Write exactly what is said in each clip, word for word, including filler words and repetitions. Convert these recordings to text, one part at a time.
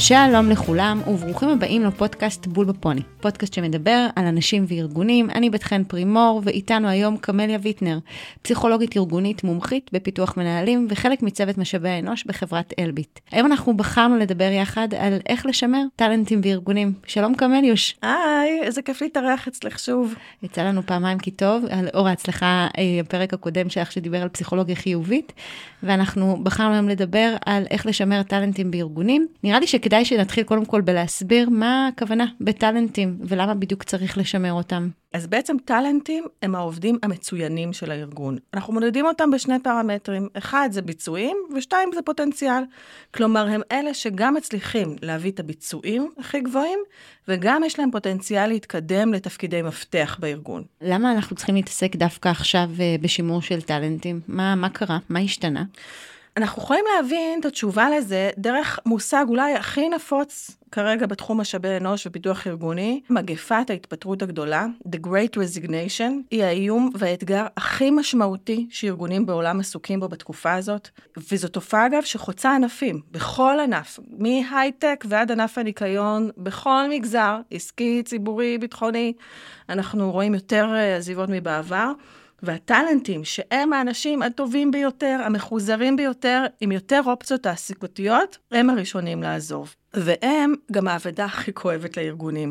שלום לכולם וברוכים הבאים לפודקאסט בול בפוני, פודקאסט שמדבר על אנשים וארגונים. אני בת חן פרימור ואיתנו היום קמליה ויטנר, פסיכולוגית ארגונית מומחית בפיתוח מנהלים וחלק מצוות משאבי האנוש בחברת אלביט. היום אנחנו בחרנו לדבר יחד על איך לשמר טלנטים וארגונים. שלום קמליוש. היי, איזה כיף להתארח אצלך שוב. יצא לנו פעמיים כי טוב, על אור ההצלחה הפרק הקודם שלך שדיבר על פסיכולוגיה חיובית, ואנחנו בחרנו היום לדבר על איך לשמר טלנטים בארגונים. נראה לי שכדאי שנתחיל קודם כל בלהסביר מה הכוונה בטלנטים ולמה בדיוק צריך לשמר אותם. אז בעצם טלנטים הם העובדים המצוינים של הארגון. אנחנו מודדים אותם בשני פרמטרים. אחד זה ביצועים ושתיים זה פוטנציאל. כלומר, הם אלה שגם מצליחים להביא את הביצועים הכי גבוהים, וגם יש להם פוטנציאל להתקדם לתפקידי מפתח בארגון. למה אנחנו צריכים להתעסק דווקא עכשיו בשימור של טלנטים? מה, מה קרה? מה השתנה? אנחנו יכולים להבין את התשובה לזה דרך מושג אולי הכי נפוץ כרגע בתחום משאבי אנוש ופיתוח ארגוני, מגפת ההתפטרות הגדולה, The Great Resignation, היא האיום והאתגר הכי משמעותי שארגונים בעולם עסוקים בו בתקופה הזאת, וזו תופעה אגב שחוצה ענפים, בכל ענף, מהייטק ועד ענף הניקיון, בכל מגזר, עסקי, ציבורי, ביטחוני, אנחנו רואים יותר עזיבות מבעבר, והטלנטים שהם האנשים הטובים ביותר, המחוזרים ביותר, עם יותר אופציות תעסוקתיות, הם הראשונים לעזוב. והם גם העבודה הכי כואבת לארגונים.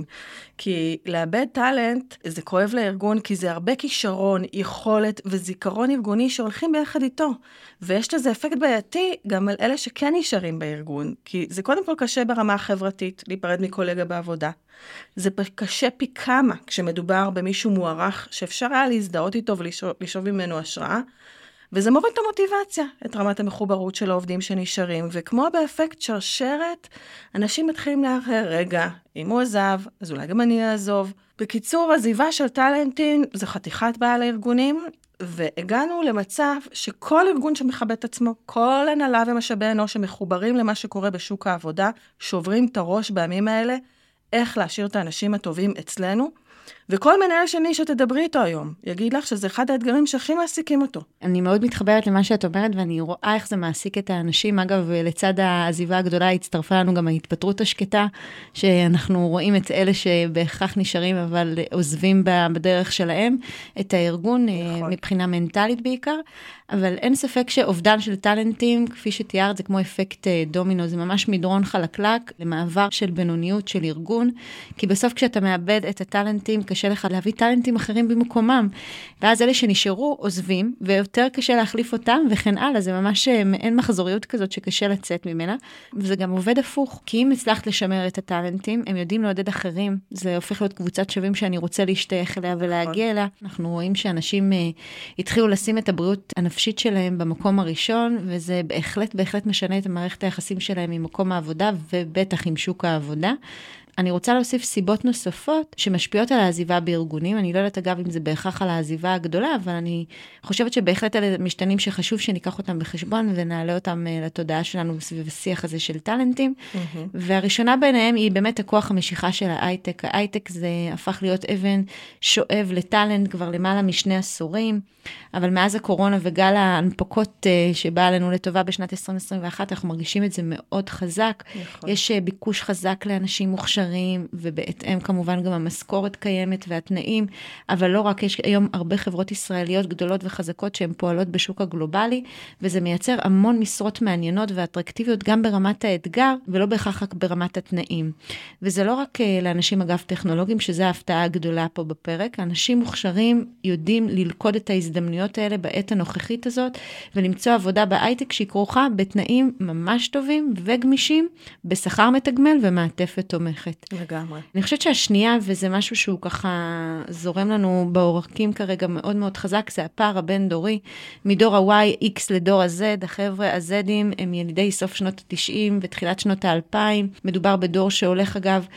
כי לאבד טלנט זה כואב לארגון, כי זה הרבה כישרון, יכולת וזיכרון ארגוני שהולכים ביחד איתו. ויש לזה אפקט בעייתי גם על אלה שכן נשארים בארגון. כי זה קודם כל קשה ברמה החברתית, להיפרד מקולגה בעבודה. זה קשה פי כמה כשמדובר במישהו מוערך שאפשר היה להזדהות איתו ולשאוב ממנו השראה. וזה מוריד את המוטיבציה, את רמת המחוברות של העובדים שנשארים, וכמו באפקט שרשרת, אנשים מתחילים לאחר, רגע, אם הוא עזב, אז אולי גם אני אעזוב. בקיצור, עזיבה של טלנטים זה חתיכת בעל הארגונים, והגענו למצב שכל ארגון שמכבד את עצמו, כל הנהלה ומשאבי אנוש שמחוברים למה שקורה בשוק העבודה, שוברים את הראש בימים האלה, איך להשאיר את האנשים הטובים אצלנו, וכל מנהל שני שתדברי איתו היום, יגיד לך שזה אחד האתגרים שהכי מעסיקים אותו. אני מאוד מתחברת למה שאת אומרת, ואני רואה איך זה מעסיק את האנשים. אגב, לצד העזיבה הגדולה הצטרפה לנו גם ההתפטרות השקטה, שאנחנו רואים את אלה שבהכרח נשארים, אבל עוזבים בדרך שלהם, את הארגון, נכון. מבחינה מנטלית בעיקר, אבל אין ספק שאובדן של טלנטים, כפי שתיארת, זה כמו אפקט דומינו, זה ממש מדרון חלקלק למעבר של בינוניות של ארגון, כי בסוף כשאתה מאבד את הטלנטים, קשה לך להביא טלנטים אחרים במקומם, ואז אלה שנשארו עוזבים, ויותר קשה להחליף אותם, וכן הלאה, זה ממש אין מחזוריות כזאת שקשה לצאת ממנה, וזה גם עובד הפוך, כי אם הצלחת לשמר את הטלנטים, הם יודעים לעודד אחרים, זה הופך להיות קבוצת שווים שאני רוצה להשתייך אליה ולהגיע אליה. אנחנו רואים שאנשים התחילו לשים את הבריאות הנפשית שלהם במקום הראשון, וזה בהחלט, בהחלט משנה את המערכת היחסים שלהם עם מקום העבודה, ובטח עם שוק העבודה. אני רוצה להוסיף סיבות נוספות שמשפיעות על העזיבה בארגונים. אני לא יודעת אגב אם זה בהכרח על העזיבה הגדולה, אבל אני חושבת שבהחלט אלה משתנים שחשוב שניקח אותם בחשבון ונעלה אותם לתודעה שלנו סביב השיח הזה של טלנטים. Mm-hmm. והראשונה ביניהם היא באמת הכוח המשיכה של ההייטק. ההייטק זה הפך להיות אבן שואב לטלנט כבר למעלה משני עשורים, אבל מאז הקורונה וגל ההנפקות שבאה לנו לטובה בשנת עשרים עשרים ואחת, אנחנו מרגישים את זה מאוד חזק. נכון. יש ביקוש חזק לאנשים מוכשרים, ובהתאם כמובן גם המשכורת קיימת והתנאים, אבל לא רק, יש היום הרבה חברות ישראליות גדולות וחזקות שהן פועלות בשוק הגלובלי, וזה מייצר המון משרות מעניינות ואטרקטיביות גם ברמת האתגר, ולא בהכרח רק ברמת התנאים. וזה לא רק לאנשים אגב טכנולוגיים, שזה ההפתעה הגדולה פה בפרק, אנשים מוכשרים יודעים ללכוד את ההזדמנויות האלה בעת הנוכחית הזאת, ולמצוא עבודה בהייטק שהיא כרוכה בתנאים ממש טובים וגמישים, בשכר מתגמל ומעטפת תומכת. לגמרי. אני חושבת שהשנייה, וזה משהו שהוא ככה זורם לנו בעורקים כרגע מאוד מאוד חזק, זה הפער הבין דורי, מדור ה-Y, X לדור ה-Z, החבר'ה ה-Z'ים הם ילידי סוף שנות ה-תשעים ותחילת שנות ה-אלפיים, מדובר בדור שהולך אגב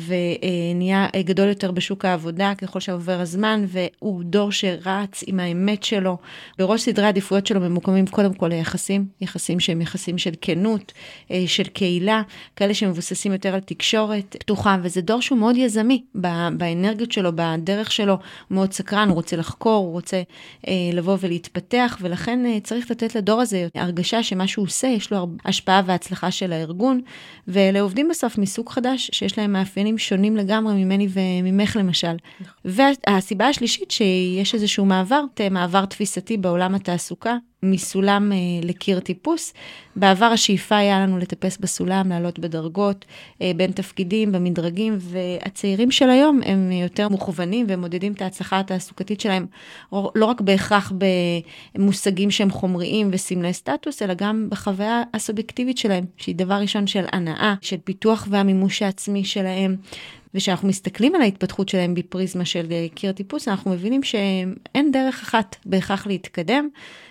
ונהיה גדול יותר בשוק העבודה ככל שעובר הזמן, והוא דור שרץ עם האמת שלו, בראש סדרי העדיפויות שלו ממוקמים קודם כל ליחסים, יחסים שהם יחסים של כנות, של קהילה, כאלה שמבוססים יותר על תקשורת, פתוחה, וזה דור שהוא מאוד יזמי, באנרגיות שלו, בדרך שלו, הוא מאוד סקרן, הוא רוצה לחקור, הוא רוצה אה, לבוא ולהתפתח, ולכן אה, צריך לתת לדור הזה הרגשה שמה שהוא עושה, יש לו השפעה והצלחה של הארגון, ולעובדים בסוף מסוג חדש, שיש להם מאפיינים שונים לגמרי ממני וממך למשל. והסיבה השלישית שיש איזשהו מעבר, מעבר תפיסתי בעולם התעסוקה, מסולם אה, לקיר טיפוס. בעבר השאיפה היה לנו לטפס בסולם, לעלות בדרגות, אה, בין תפקידים, במדרגים, והצעירים של היום הם יותר מוכוונים ומודדים את ההצלחה התעסוקתית שלהם, לא רק בהכרח במושגים שהם חומריים וסמלי סטטוס, אלא גם בחוויה הסובייקטיבית שלהם, שהיא דבר ראשון של הנאה, של פיתוח והמימוש העצמי שלהם, ושאנחנו מסתכלים על ההתפתחות שלהם בפריזמה של קיר טיפוס, אנחנו מבינים שאין דרך אחת בהכרח להתקדם,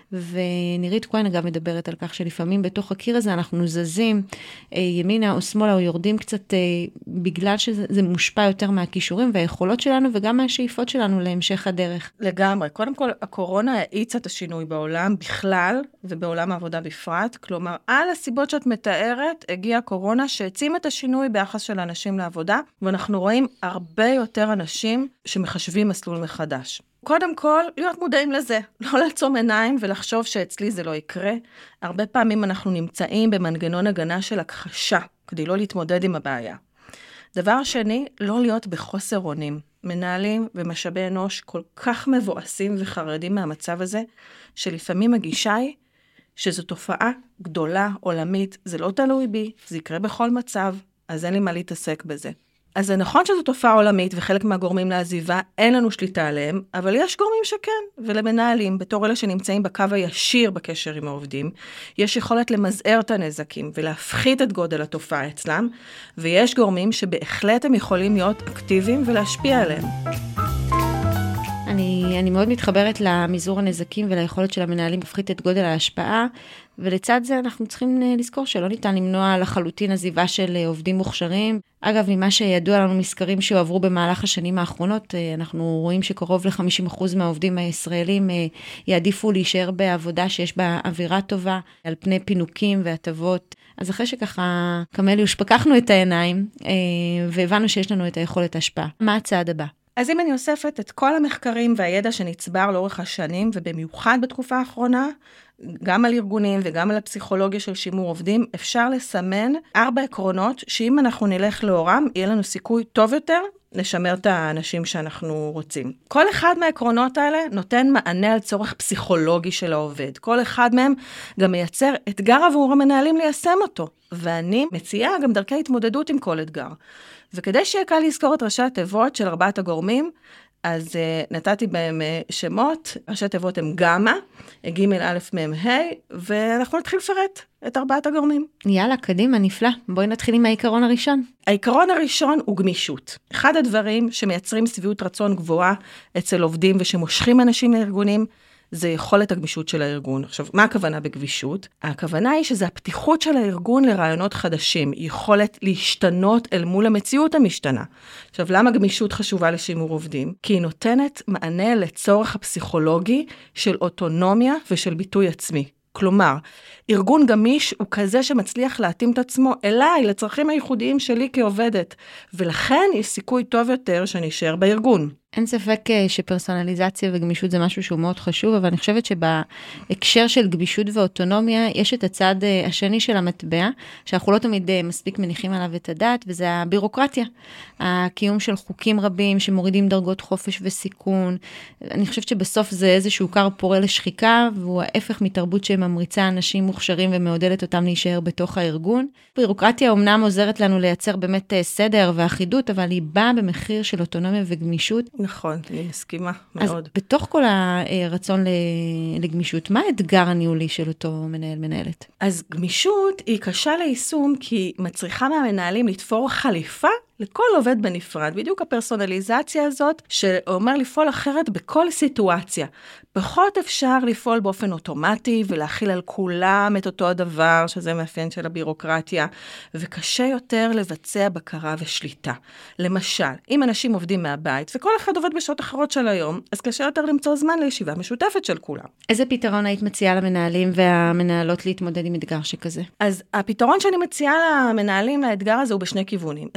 ונירית כהן אגב מדברת על כך שלפעמים בתוך הקיר הזה אנחנו זזים ימינה או שמאלה או יורדים קצת בגלל שזה מושפע יותר מהכישורים והיכולות שלנו וגם מהשאיפות שלנו להמשך הדרך. לגמרי. קודם כל, הקורונה האיצה את השינוי בעולם בכלל ובעולם העבודה בפרט. כלומר, על הסיבות שאת מתארת, הגיעה הקורונה שהעצים את השינוי ביחס של אנשים לעבודה, ואנחנו רואים הרבה יותר אנשים שמחשבים מסלול מחדש. קודם כל, להיות מודעים לזה, לא לעצום עיניים ולחשוב שאצלי זה לא יקרה. הרבה פעמים אנחנו נמצאים במנגנון הגנה של הכחשה, כדי לא להתמודד עם הבעיה. דבר שני, לא להיות בחוסר אונים. מנהלים ומשאבי אנוש כל כך מבואסים וחרדים מהמצב הזה, שלפעמים הגישה היא שזו תופעה גדולה, עולמית, זה לא תלוי בי, זה יקרה בכל מצב, אז אין לי מה להתעסק בזה. אז זה נכון שזו תופעה עולמית, וחלק מהגורמים לעזיבה אין לנו שליטה עליהם, אבל יש גורמים שכן, ולמנהלים, בתור אלה שנמצאים בקו הישיר בקשר עם העובדים, יש יכולת למזער את הנזקים, ולהפחית את גודל התופעה אצלם, ויש גורמים שבהחלט הם יכולים להיות אקטיביים ולהשפיע עליהם. אני, אני מאוד מתחברת למזעור הנזקים וליכולת של המנהלים להפחית את גודל ההשפעה, ולצד זה אנחנו צריכים לזכור שלא ניתן למנוע לחלוטין עזיבה של עובדים מוכשרים. אגב, ממה שידוע לנו מסקרים שהועברו במהלך השנים האחרונות, אנחנו רואים שקרוב ל-חמישים אחוז מהעובדים הישראלים יעדיפו להישאר בעבודה שיש בה אווירה טובה, על פני פינוקים והטבות. אז אחרי שככה קמליוש פקחנו את העיניים, והבנו שיש לנו את היכולת השפעה. מה הצעד הבא? אז אם אני אוספת את כל המחקרים והידע שנצבר לאורך השנים, ובמיוחד בתקופה האחרונה, גם על ארגונים וגם על הפסיכולוגיה של שימור עובדים, אפשר לסמן ארבע עקרונות, שאם אנחנו נלך לאורם, יהיה לנו סיכוי טוב יותר לשמר את האנשים שאנחנו רוצים. כל אחד מהעקרונות האלה נותן מענה על צורך פסיכולוגי של העובד. כל אחד מהם גם מייצר אתגר עבור המנהלים ליישם אותו. ואני מציעה גם דרכי התמודדות עם כל אתגר. וכדי שיהיה קל לזכור את ראשי התיבות של ארבעת הגורמים, אז uh, נתתי בהם uh, שמות, ראשי תיבות הם גמא, ג' א' מ' ה', ואנחנו נתחיל לפרט את ארבעת הגורמים. יאללה, קדימה, נפלא. בואי נתחיל עם העיקרון הראשון. העיקרון הראשון הוא גמישות. אחד הדברים שמייצרים סביבות רצון גבוהה אצל עובדים ושמושכים אנשים לארגונים, זה יכולת הגמישות של הארגון. עכשיו, מה הכוונה בגמישות? הכוונה היא שזה הפתיחות של הארגון לרעיונות חדשים, יכולת להשתנות אל מול המציאות המשתנה. עכשיו, למה גמישות חשובה לשימור עובדים? כי היא נותנת מענה לצורך הפסיכולוגי של אוטונומיה ושל ביטוי עצמי. כלומר, ארגון גמיש הוא כזה שמצליח להתאים את עצמו אליי, לצרכים הייחודיים שלי כעובדת, ולכן יש סיכוי טוב יותר שאני אשאר בארגון. אין ספק שפרסונליזציה וגמישות זה משהו שהוא מאוד חשוב, אבל אני חושבת שבהקשר של גמישות ואוטונומיה, יש את הצד השני של המטבע, שאנחנו לא תמיד מספיק מניחים עליו את הדעת, וזה הבירוקרטיה. הקיום של חוקים רבים שמורידים דרגות חופש וסיכון. אני חושבת שבסוף זה איזשהו קר פורה לשחיקה, והוא ההפך מתרבות שממריצה אנשים מוכשרים ומעודדת אותם להישאר בתוך הארגון. בירוקרטיה אומנם עוזרת לנו לייצר באמת סדר ואחידות, אבל היא באה במחיר של אוטונומיה וגמישות. נכון, אני מסכימה מאוד. אז בתוך כל הרצון לגמישות, מה האתגר הניהולי של אותו מנהל מנהלת? אז גמישות היא קשה ליישום, כי מצריכה מהמנהלים לתפור חליפה לכל עובד בנפרד. בדיוק הפרסונליזציה הזאת, שאומר לפעול אחרת בכל סיטואציה. פחות אפשר לפעול באופן אוטומטי, ולהכיל על כולם את אותו הדבר, שזה מאפיין של הבירוקרטיה, וקשה יותר לבצע בקרה ושליטה. למשל, אם אנשים עובדים מהבית, וכל אחד עובד בשעות אחרות של היום, אז קשה יותר למצוא זמן לישיבה משותפת של כולם. איזה פתרון היית מציעה למנהלים והמנהלות להתמודד עם אתגר שכזה? אז הפתרון שאני מציעה למנהלים לאתגר הזה הוא בשני כיוונים. אחד,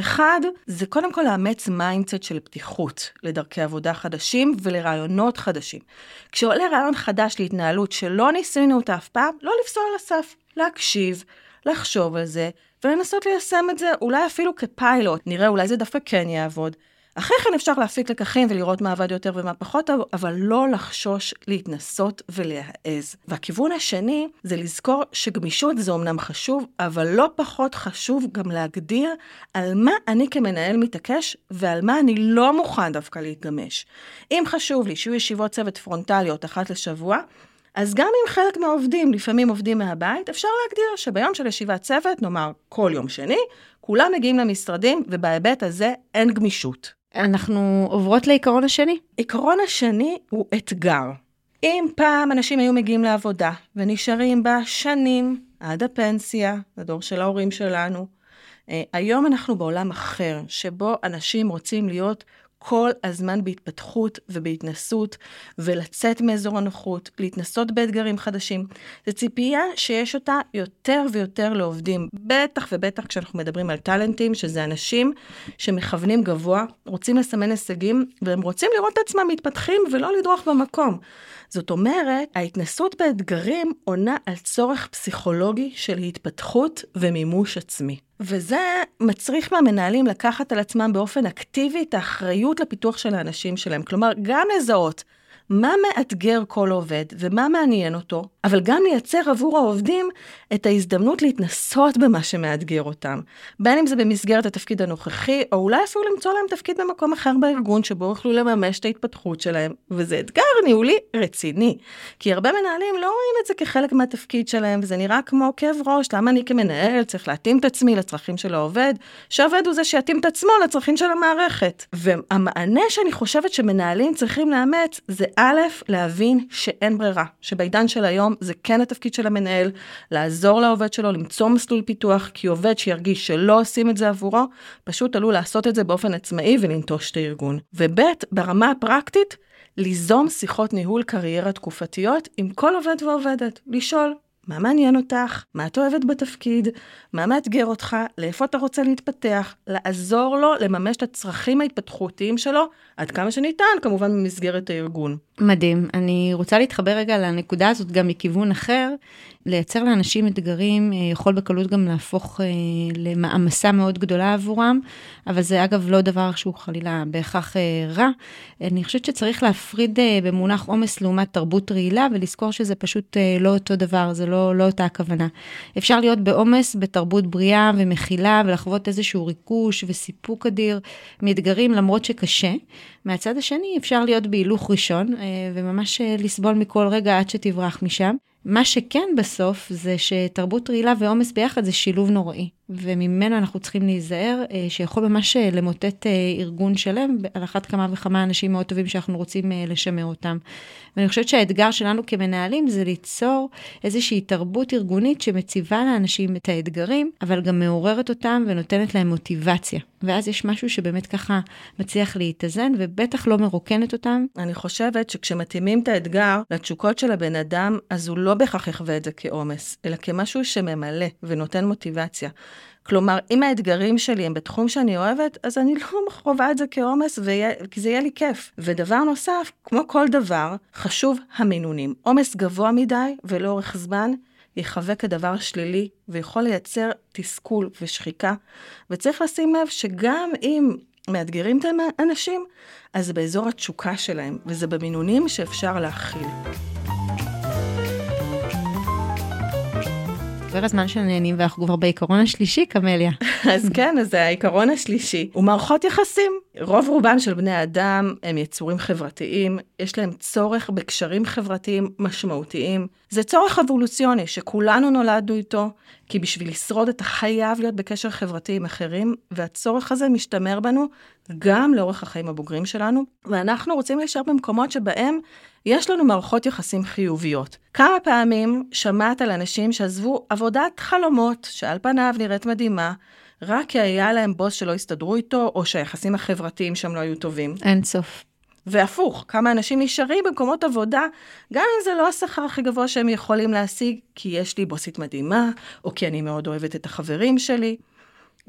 זה קודם כל לאמץ מיינדסט של פתיחות לדרכי עבודה חדשים ולרעיונות חדשים. כשעולה רעיון חדש להתנהלות שלא ניסינו אותה אף פעם, לא לפסול על הסף, להקשיב, לחשוב על זה, ולנסות ליישם את זה אולי אפילו כפיילוט, נראה אולי זה דווקא כן יעבוד. אחרי כן אפשר להפיק לקחים ולראות מה עבד יותר ומה פחות, אבל לא לחשוש להתנסות ולהעז. והכיוון השני זה לזכור שגמישות זה אומנם חשוב, אבל לא פחות חשוב גם להגדיר על מה אני כמנהל מתעקש ועל מה אני לא מוכן דווקא להתגמש. אם חשוב לי שיהיו ישיבות צוות פרונטליות אחת לשבוע, אז גם אם חלק מהעובדים, לפעמים עובדים מהבית, אפשר להגדיר שביום של ישיבת צוות, נאמר כל יום שני, כולם מגיעים למשרדים ובהיבט הזה אין גמישות. אנחנו עוברות לעיקרון השני. עיקרון השני הוא אתגר. אם פעם אנשים היו מגיעים לעבודה ונשארים בה שנים עד הפנסיה, הדור של ההורים שלנו, היום אנחנו בעולם אחר, שבו אנשים רוצים להיות כל הזמן בהתפתחות ובהתנסות, ולצאת מאזור הנוחות, להתנסות באתגרים חדשים. זו ציפייה שיש אותה יותר ויותר לעובדים, בטח ובטח כשאנחנו מדברים על טלנטים, שזה אנשים שמכוונים גבוה, רוצים לסמן הישגים, והם רוצים לראות את עצמם מתפתחים ולא לדרוך במקום. זאת אומרת, ההתנסות באתגרים עונה על צורך פסיכולוגי של התפתחות ומימוש עצמי. וזה מצריך מהמנהלים לקחת על עצמם באופן אקטיבי את האחריות לפיתוח של האנשים שלהם. כלומר, גם לזהות מה מאתגר כל עובד ומה מעניין אותו, אבל גם לייצר עבור העובדים את ההזדמנות להתנסות במה שמאתגר אותם. בין אם זה במסגרת התפקיד הנוכחי, או אולי אפילו למצוא להם תפקיד במקום אחר בארגון, שבו יוכלו לממש את ההתפתחות שלהם. וזה אתגר ניהולי רציני. כי הרבה מנהלים לא רואים את זה כחלק מהתפקיד שלהם, וזה נראה כמו כאב ראש. למה אני כמנהל צריך להתאים את עצמי לצרכים של העובד, שהעובד הוא זה שיתאים את עצמו לצרכים של המערכת. והמענה שאני חושבת שמנהלים צריכים לאמץ, זה א', להבין שאין ברירה, שבעידן של היום זה כן התפקיד של המנהל, לעזור לעובד שלו, למצוא מסלול פיתוח, כי עובד שירגיש שלא עושים את זה עבורו, פשוט עלול לעשות את זה באופן עצמאי ולנטוש את הארגון. וב', ברמה הפרקטית, ליזום שיחות ניהול קריירה תקופתיות עם כל עובד ועובדת, לשאול מה מעניין אותך, מה את אוהבת בתפקיד, מה מאתגר אותך, לאיפה אתה רוצה להתפתח, לעזור לו לממש את הצרכים ההתפתחותיים שלו, עד כמה שניתן, כמובן במסגרת הארגון. מדהים. אני רוצה להתחבר רגע לנקודה הזאת גם מכיוון אחר, לייצר לאנשים אתגרים, יכול בקלות גם להפוך למעמסה מאוד גדולה עבורם, אבל זה אגב לא דבר שהוא חלילה בהכרח רע. אני חושבת שצריך להפריד במונח עומס לעומת תרבות רעילה, ולזכור שזה פשוט לא אותו דבר, זה לא, לא אותה הכוונה. אפשר להיות בעומס בתרבות בריאה ומכילה, ולחוות איזשהו ריכוש וסיפוק אדיר מאתגרים, למרות שקשה. מהצד השני אפשר להיות בהילוך ראשון, וממש לסבול מכל רגע עד שתברח משם. מה שכן בסוף זה שתרבות רעילה ועומס ביחד זה שילוב נוראי, וממנו אנחנו צריכים להיזהר, שיכול ממש למוטט ארגון שלם, על אחת כמה וכמה אנשים מאוד טובים שאנחנו רוצים לשמר אותם. ואני חושבת שהאתגר שלנו כמנהלים זה ליצור איזושהי תרבות ארגונית שמציבה לאנשים את האתגרים, אבל גם מעוררת אותם ונותנת להם מוטיבציה. ואז יש משהו שבאמת ככה מצליח להתאזן, ובטח לא מרוקנת אותם. אני חושבת שכשמתאימים את האתגר לתשוקות של הבן אדם, אז הוא לא בהכרח יחווה את זה כעומס, אלא כמשהו שממלא ונותן מוטיבציה. כלומר, אם האתגרים שלי הם בתחום שאני אוהבת, אז אני לא מחרובה את זה כעומס, כי זה יהיה לי כיף. ודבר נוסף, כמו כל דבר, חשוב המינונים. עומס גבוה מדי ולאורך זמן, יחווה כדבר שלילי, ויכול לייצר תסכול ושחיקה, וצריך לשים לב שגם אם מאתגרים את האנשים, אז זה באזור התשוקה שלהם, וזה במינונים שאפשר להכיל. עבר הזמן של נהנים, ואנחנו כבר בעיקרון השלישי, קמליה. אז כן, אז זה העיקרון השלישי. ומערכות יחסים. רוב רובם של בני האדם הם יצורים חברתיים, יש להם צורך בקשרים חברתיים משמעותיים. זה צורך אבולוציוני שכולנו נולדנו איתו, כי בשביל לשרוד אתה חייב להיות בקשר חברתי עם אחרים, והצורך הזה משתמר בנו גם לאורך החיים הבוגרים שלנו, ואנחנו רוצים להישאר במקומות שבהם יש לנו מערכות יחסים חיוביות. כמה פעמים שמעת על אנשים שעזבו עבודת חלומות, שעל פניו נראית מדהימה, רק כי היה להם בוס שלא הסתדרו איתו, או שהיחסים החברתיים שם לא היו טובים. אין סוף. והפוך, כמה אנשים נשארים במקומות עבודה, גם אם זה לא השכר הכי גבוה שהם יכולים להשיג, כי יש לי בוסית מדהימה, או כי אני מאוד אוהבת את החברים שלי.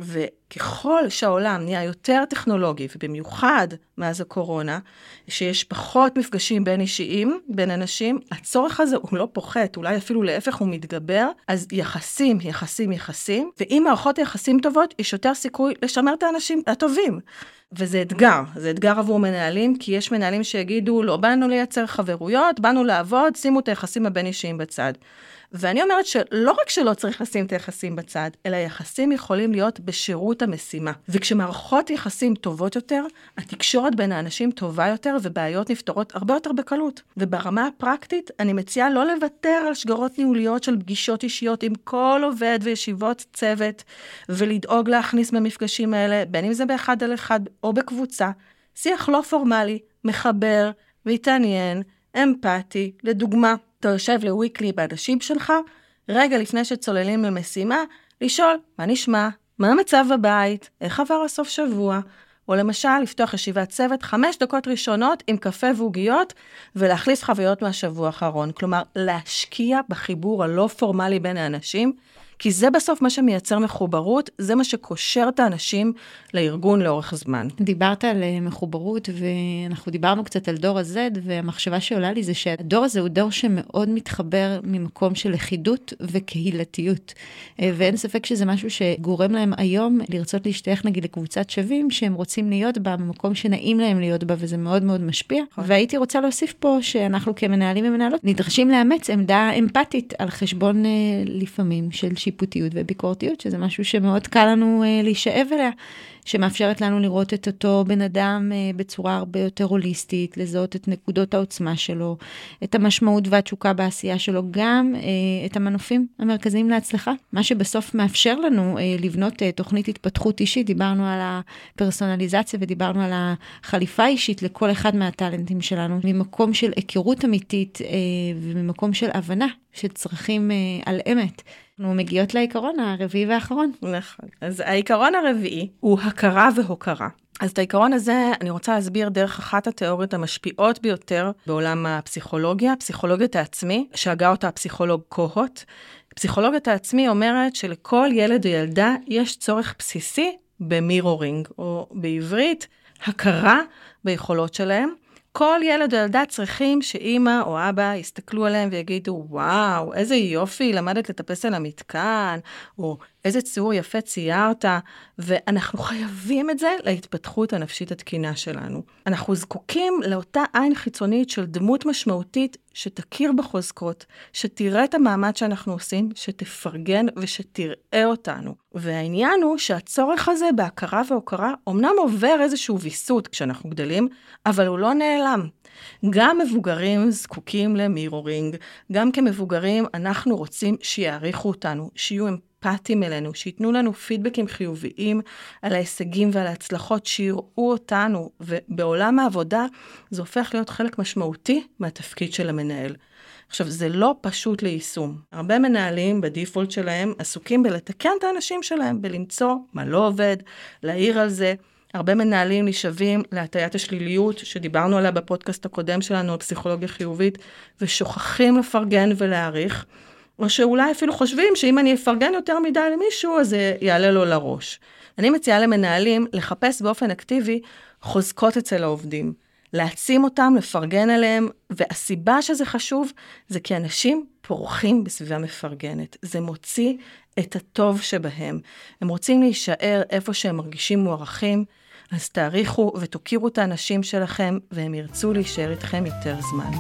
ככל שהעולם נהיה יותר טכנולוגי, ובמיוחד מאז הקורונה, שיש פחות מפגשים בין אישיים, בין אנשים, הצורך הזה הוא לא פוחת, אולי אפילו להפך הוא מתגבר, אז יחסים, יחסים, יחסים, ואם מערכות יחסים טובות, יש יותר סיכוי לשמר את האנשים הטובים. וזה אתגר, זה אתגר עבור מנהלים, כי יש מנהלים שיגידו, לא באנו לייצר חברויות, באנו לעבוד, שימו את היחסים הבין אישיים בצד. ואני אומרת שלא רק שלא צריך לשים את היחסים בצד, אלא יחסים יכולים להיות בשירות המשימה. וכשמערכות יחסים טובות יותר, התקשורת בין האנשים טובה יותר, ובעיות נפתרות הרבה יותר בקלות. וברמה הפרקטית, אני מציעה לא לוותר על שגרות ניהוליות של פגישות אישיות עם כל עובד וישיבות צוות, ולדאוג להכניס במפגשים האלה, בין אם זה באחד על אחד או בקבוצה, שיח לא פורמלי, מחבר, והתעניין, אמפתי, לדוגמה, אתה יושב לוויקלי באנשים שלך, רגע לפני שצוללים למשימה, לשאול מה נשמע, מה המצב בבית, איך עבר הסוף שבוע, או למשל לפתוח ישיבת צוות חמש דקות ראשונות עם קפה ועוגיות, ולהחליף חוויות מהשבוע האחרון. כלומר, להשקיע בחיבור הלא פורמלי בין האנשים, כי זה בסוף מה שמייצר מחוברות, זה מה שקושר את האנשים לארגון לאורך זמן. דיברת על מחוברות, ואנחנו דיברנו קצת על דור ה-Z, והמחשבה שעולה לי זה שהדור הזה הוא דור שמאוד מתחבר ממקום של לכידות וקהילתיות. ואין ספק שזה משהו שגורם להם היום לרצות להשתייך נגיד לקבוצת שווים, שהם רוצים להיות בה, במקום שנעים להם להיות בה, וזה מאוד מאוד משפיע. והייתי רוצה להוסיף פה שאנחנו כמנהלים ומנהלות נדרשים לאמץ עמדה אמפתית על חשבון לפעמים של שיפוטיות וביקורתיות, שזה משהו שמאוד קל לנו uh, להישאב אליה, שמאפשרת לנו לראות את אותו בן אדם uh, בצורה הרבה יותר הוליסטית, לזהות את נקודות העוצמה שלו, את המשמעות והתשוקה בעשייה שלו, גם uh, את המנופים המרכזיים להצלחה, מה שבסוף מאפשר לנו uh, לבנות uh, תוכנית התפתחות אישית. דיברנו על הפרסונליזציה ודיברנו על החליפה אישית לכל אחד מהטלנטים שלנו, ממקום של היכרות אמיתית uh, וממקום של הבנה של צרכים uh, על אמת. אנחנו מגיעות לעיקרון הרביעי והאחרון. נכון. אז העיקרון הרביעי הוא הכרה והוקרה. אז את העיקרון הזה אני רוצה להסביר דרך אחת התיאוריות המשפיעות ביותר בעולם הפסיכולוגיה, פסיכולוגיית העצמי, שהגה אותה הפסיכולוג קוהוט. פסיכולוגיית העצמי אומרת שלכל ילד או ילדה יש צורך בסיסי במירורינג, או בעברית, הכרה ביכולות שלהם. כל ילד או ילדה צריכים שאמא או אבא יסתכלו עליהם ויגידו, וואו, איזה יופי, למדת לטפס על המתקן, או איזה ציור יפה ציירת, ואנחנו חייבים את זה להתפתחות הנפשית התקינה שלנו. אנחנו זקוקים לאותה עין חיצונית של דמות משמעותית שתכיר בחוזקות, שתראה את המאמץ שאנחנו עושים, שתפרגן ושתראה אותנו. והעניין הוא שהצורך הזה בהכרה והוקרה אומנם עובר איזשהו ויסות כשאנחנו גדלים, אבל הוא לא נעלם. גם מבוגרים זקוקים למירורינג, גם כמבוגרים אנחנו רוצים שיעריכו אותנו, שיהיו אמפתיים אלינו, שיתנו לנו פידבקים חיוביים על ההישגים ועל ההצלחות, שיראו אותנו, ובעולם העבודה זה הופך להיות חלק משמעותי מהתפקיד של המנהל. עכשיו, זה לא פשוט ליישום. הרבה מנהלים בדיפולט שלהם עסוקים בלתקן את האנשים שלהם, בלמצוא מה לא עובד, להעיר על זה. הרבה מנהלים נשאבים להטיית השליליות, שדיברנו עליה בפודקאסט הקודם שלנו, פסיכולוגיה חיובית, ושוכחים לפרגן ולהעריך, או שאולי אפילו חושבים שאם אני אפרגן יותר מדי למישהו, אז זה יעלה לו לראש. אני מציעה למנהלים לחפש באופן אקטיבי חוזקות אצל העובדים, להעצים אותם, לפרגן עליהם, והסיבה שזה חשוב, זה כי אנשים פורחים בסביבה מפרגנת. זה מוציא את הטוב שבהם. הם רוצים להישאר איפה שהם מרגישים מוערכים, אז תעריכו ותוקירו את האנשים שלכם, והם ירצו להישאר איתכם יותר זמן.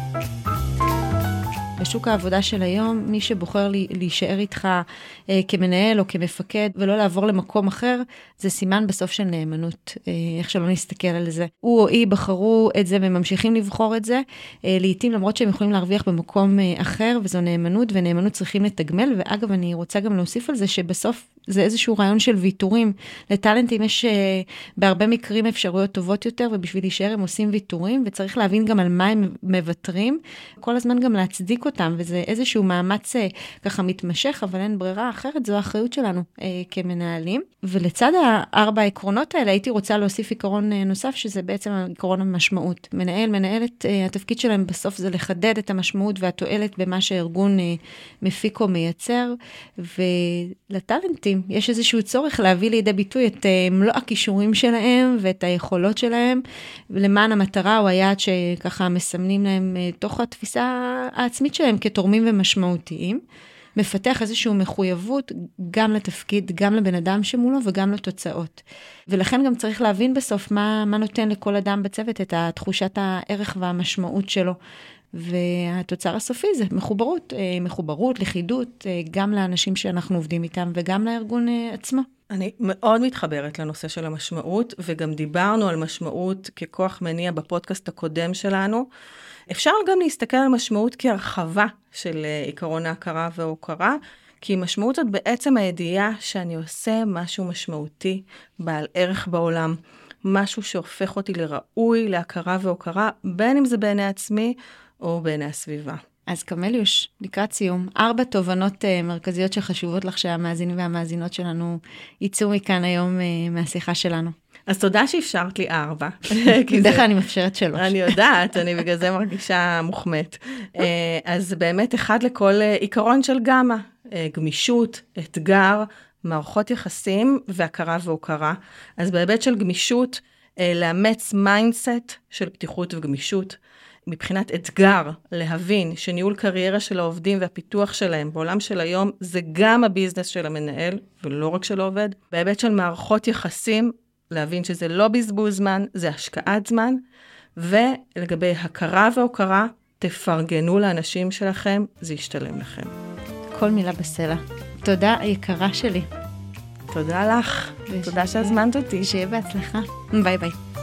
בשוק העבודה של היום, מי שבוחר להישאר איתך אה, כמנהל או כמפקד, ולא לעבור למקום אחר, זה סימן בסוף של נאמנות, אה, איך שלא נסתכל על זה. הוא או היא בחרו את זה וממשיכים לבחור את זה, אה, לעתים למרות שהם יכולים להרוויח במקום אה, אחר, וזו נאמנות, ונאמנות צריכים לתגמל, ואגב אני רוצה גם להוסיף על זה, שבסוף זה איזשהו רעיון של ויתורים. לטלנטים יש אה, בהרבה מקרים אפשרויות טובות יותר, ובשביל להישאר הם עושים ויתורים, וצריך להבין גם על מה הם מבטרים, כל הזמן גם להצדיק אותם, וזה איזשהו מאמץ אה, ככה מתמשך, אבל אין ברירה אחרת, זו האחריות שלנו אה, כמנהלים. ולצד הארבע העקרונות האלה, הייתי רוצה להוסיף עיקרון אה, נוסף, שזה בעצם עקרון המשמעות. מנהל, מנהלת, אה, התפקיד שלהם בסוף זה לחדד את המשמעות והתועלת במה שהארגון אה, מפיק או מייצר, ולטלנטים, עושים. יש איזשהו צורך להביא לידי ביטוי את מלוא הכישורים שלהם ואת היכולות שלהם, למען המטרה או היעד שככה מסמנים להם תוך התפיסה העצמית שלהם כתורמים ומשמעותיים. מפתח איזושהי מחויבות גם לתפקיד, גם לבן אדם שמולו וגם לתוצאות. ולכן גם צריך להבין בסוף מה, מה נותן לכל אדם בצוות את תחושת הערך והמשמעות שלו. והתוצר הסופי זה מחוברות, מחוברות, לכידות, גם לאנשים שאנחנו עובדים איתם וגם לארגון עצמו. אני מאוד מתחברת לנושא של המשמעות, וגם דיברנו על משמעות ככוח מניע בפודקאסט הקודם שלנו. אפשר גם להסתכל על משמעות כהרחבה של עיקרון ההכרה וההוקרה, כי משמעות זאת בעצם הידיעה שאני עושה משהו משמעותי, בעל ערך בעולם, משהו שהופך אותי לראוי, להכרה והוקרה, בין אם זה בעיני עצמי או בעיני הסביבה. אז קמליוש, לקראת סיום, ארבע תובנות uh, מרכזיות שחשובות לך שהמאזינים והמאזינות שלנו ייצאו מכאן היום uh, מהשיחה שלנו. אז תודה שאפשרת לי ארבע. בדרך כלל אני מאפשרת שלוש. אני יודעת, אני בגלל זה מרגישה מוחמת. אז באמת אחד לכל עיקרון של גמא, גמישות, אתגר, מערכות יחסים והכרה והוקרה. אז בהיבט של גמישות, לאמץ מיינדסט של פתיחות וגמישות, מבחינת אתגר, להבין שניהול קריירה של העובדים והפיתוח שלהם בעולם של היום, זה גם הביזנס של המנהל, ולא רק של העובד. בהיבט של מערכות יחסים, להבין שזה לא בזבוז זמן, זה השקעת זמן, ולגבי הכרה והוקרה, תפרגנו לאנשים שלכם, זה ישתלם לכם. כל מילה בסלע. תודה יקרה שלי. תודה לך, תודה שהזמנת אותי. שיהיה בהצלחה. ביי ביי.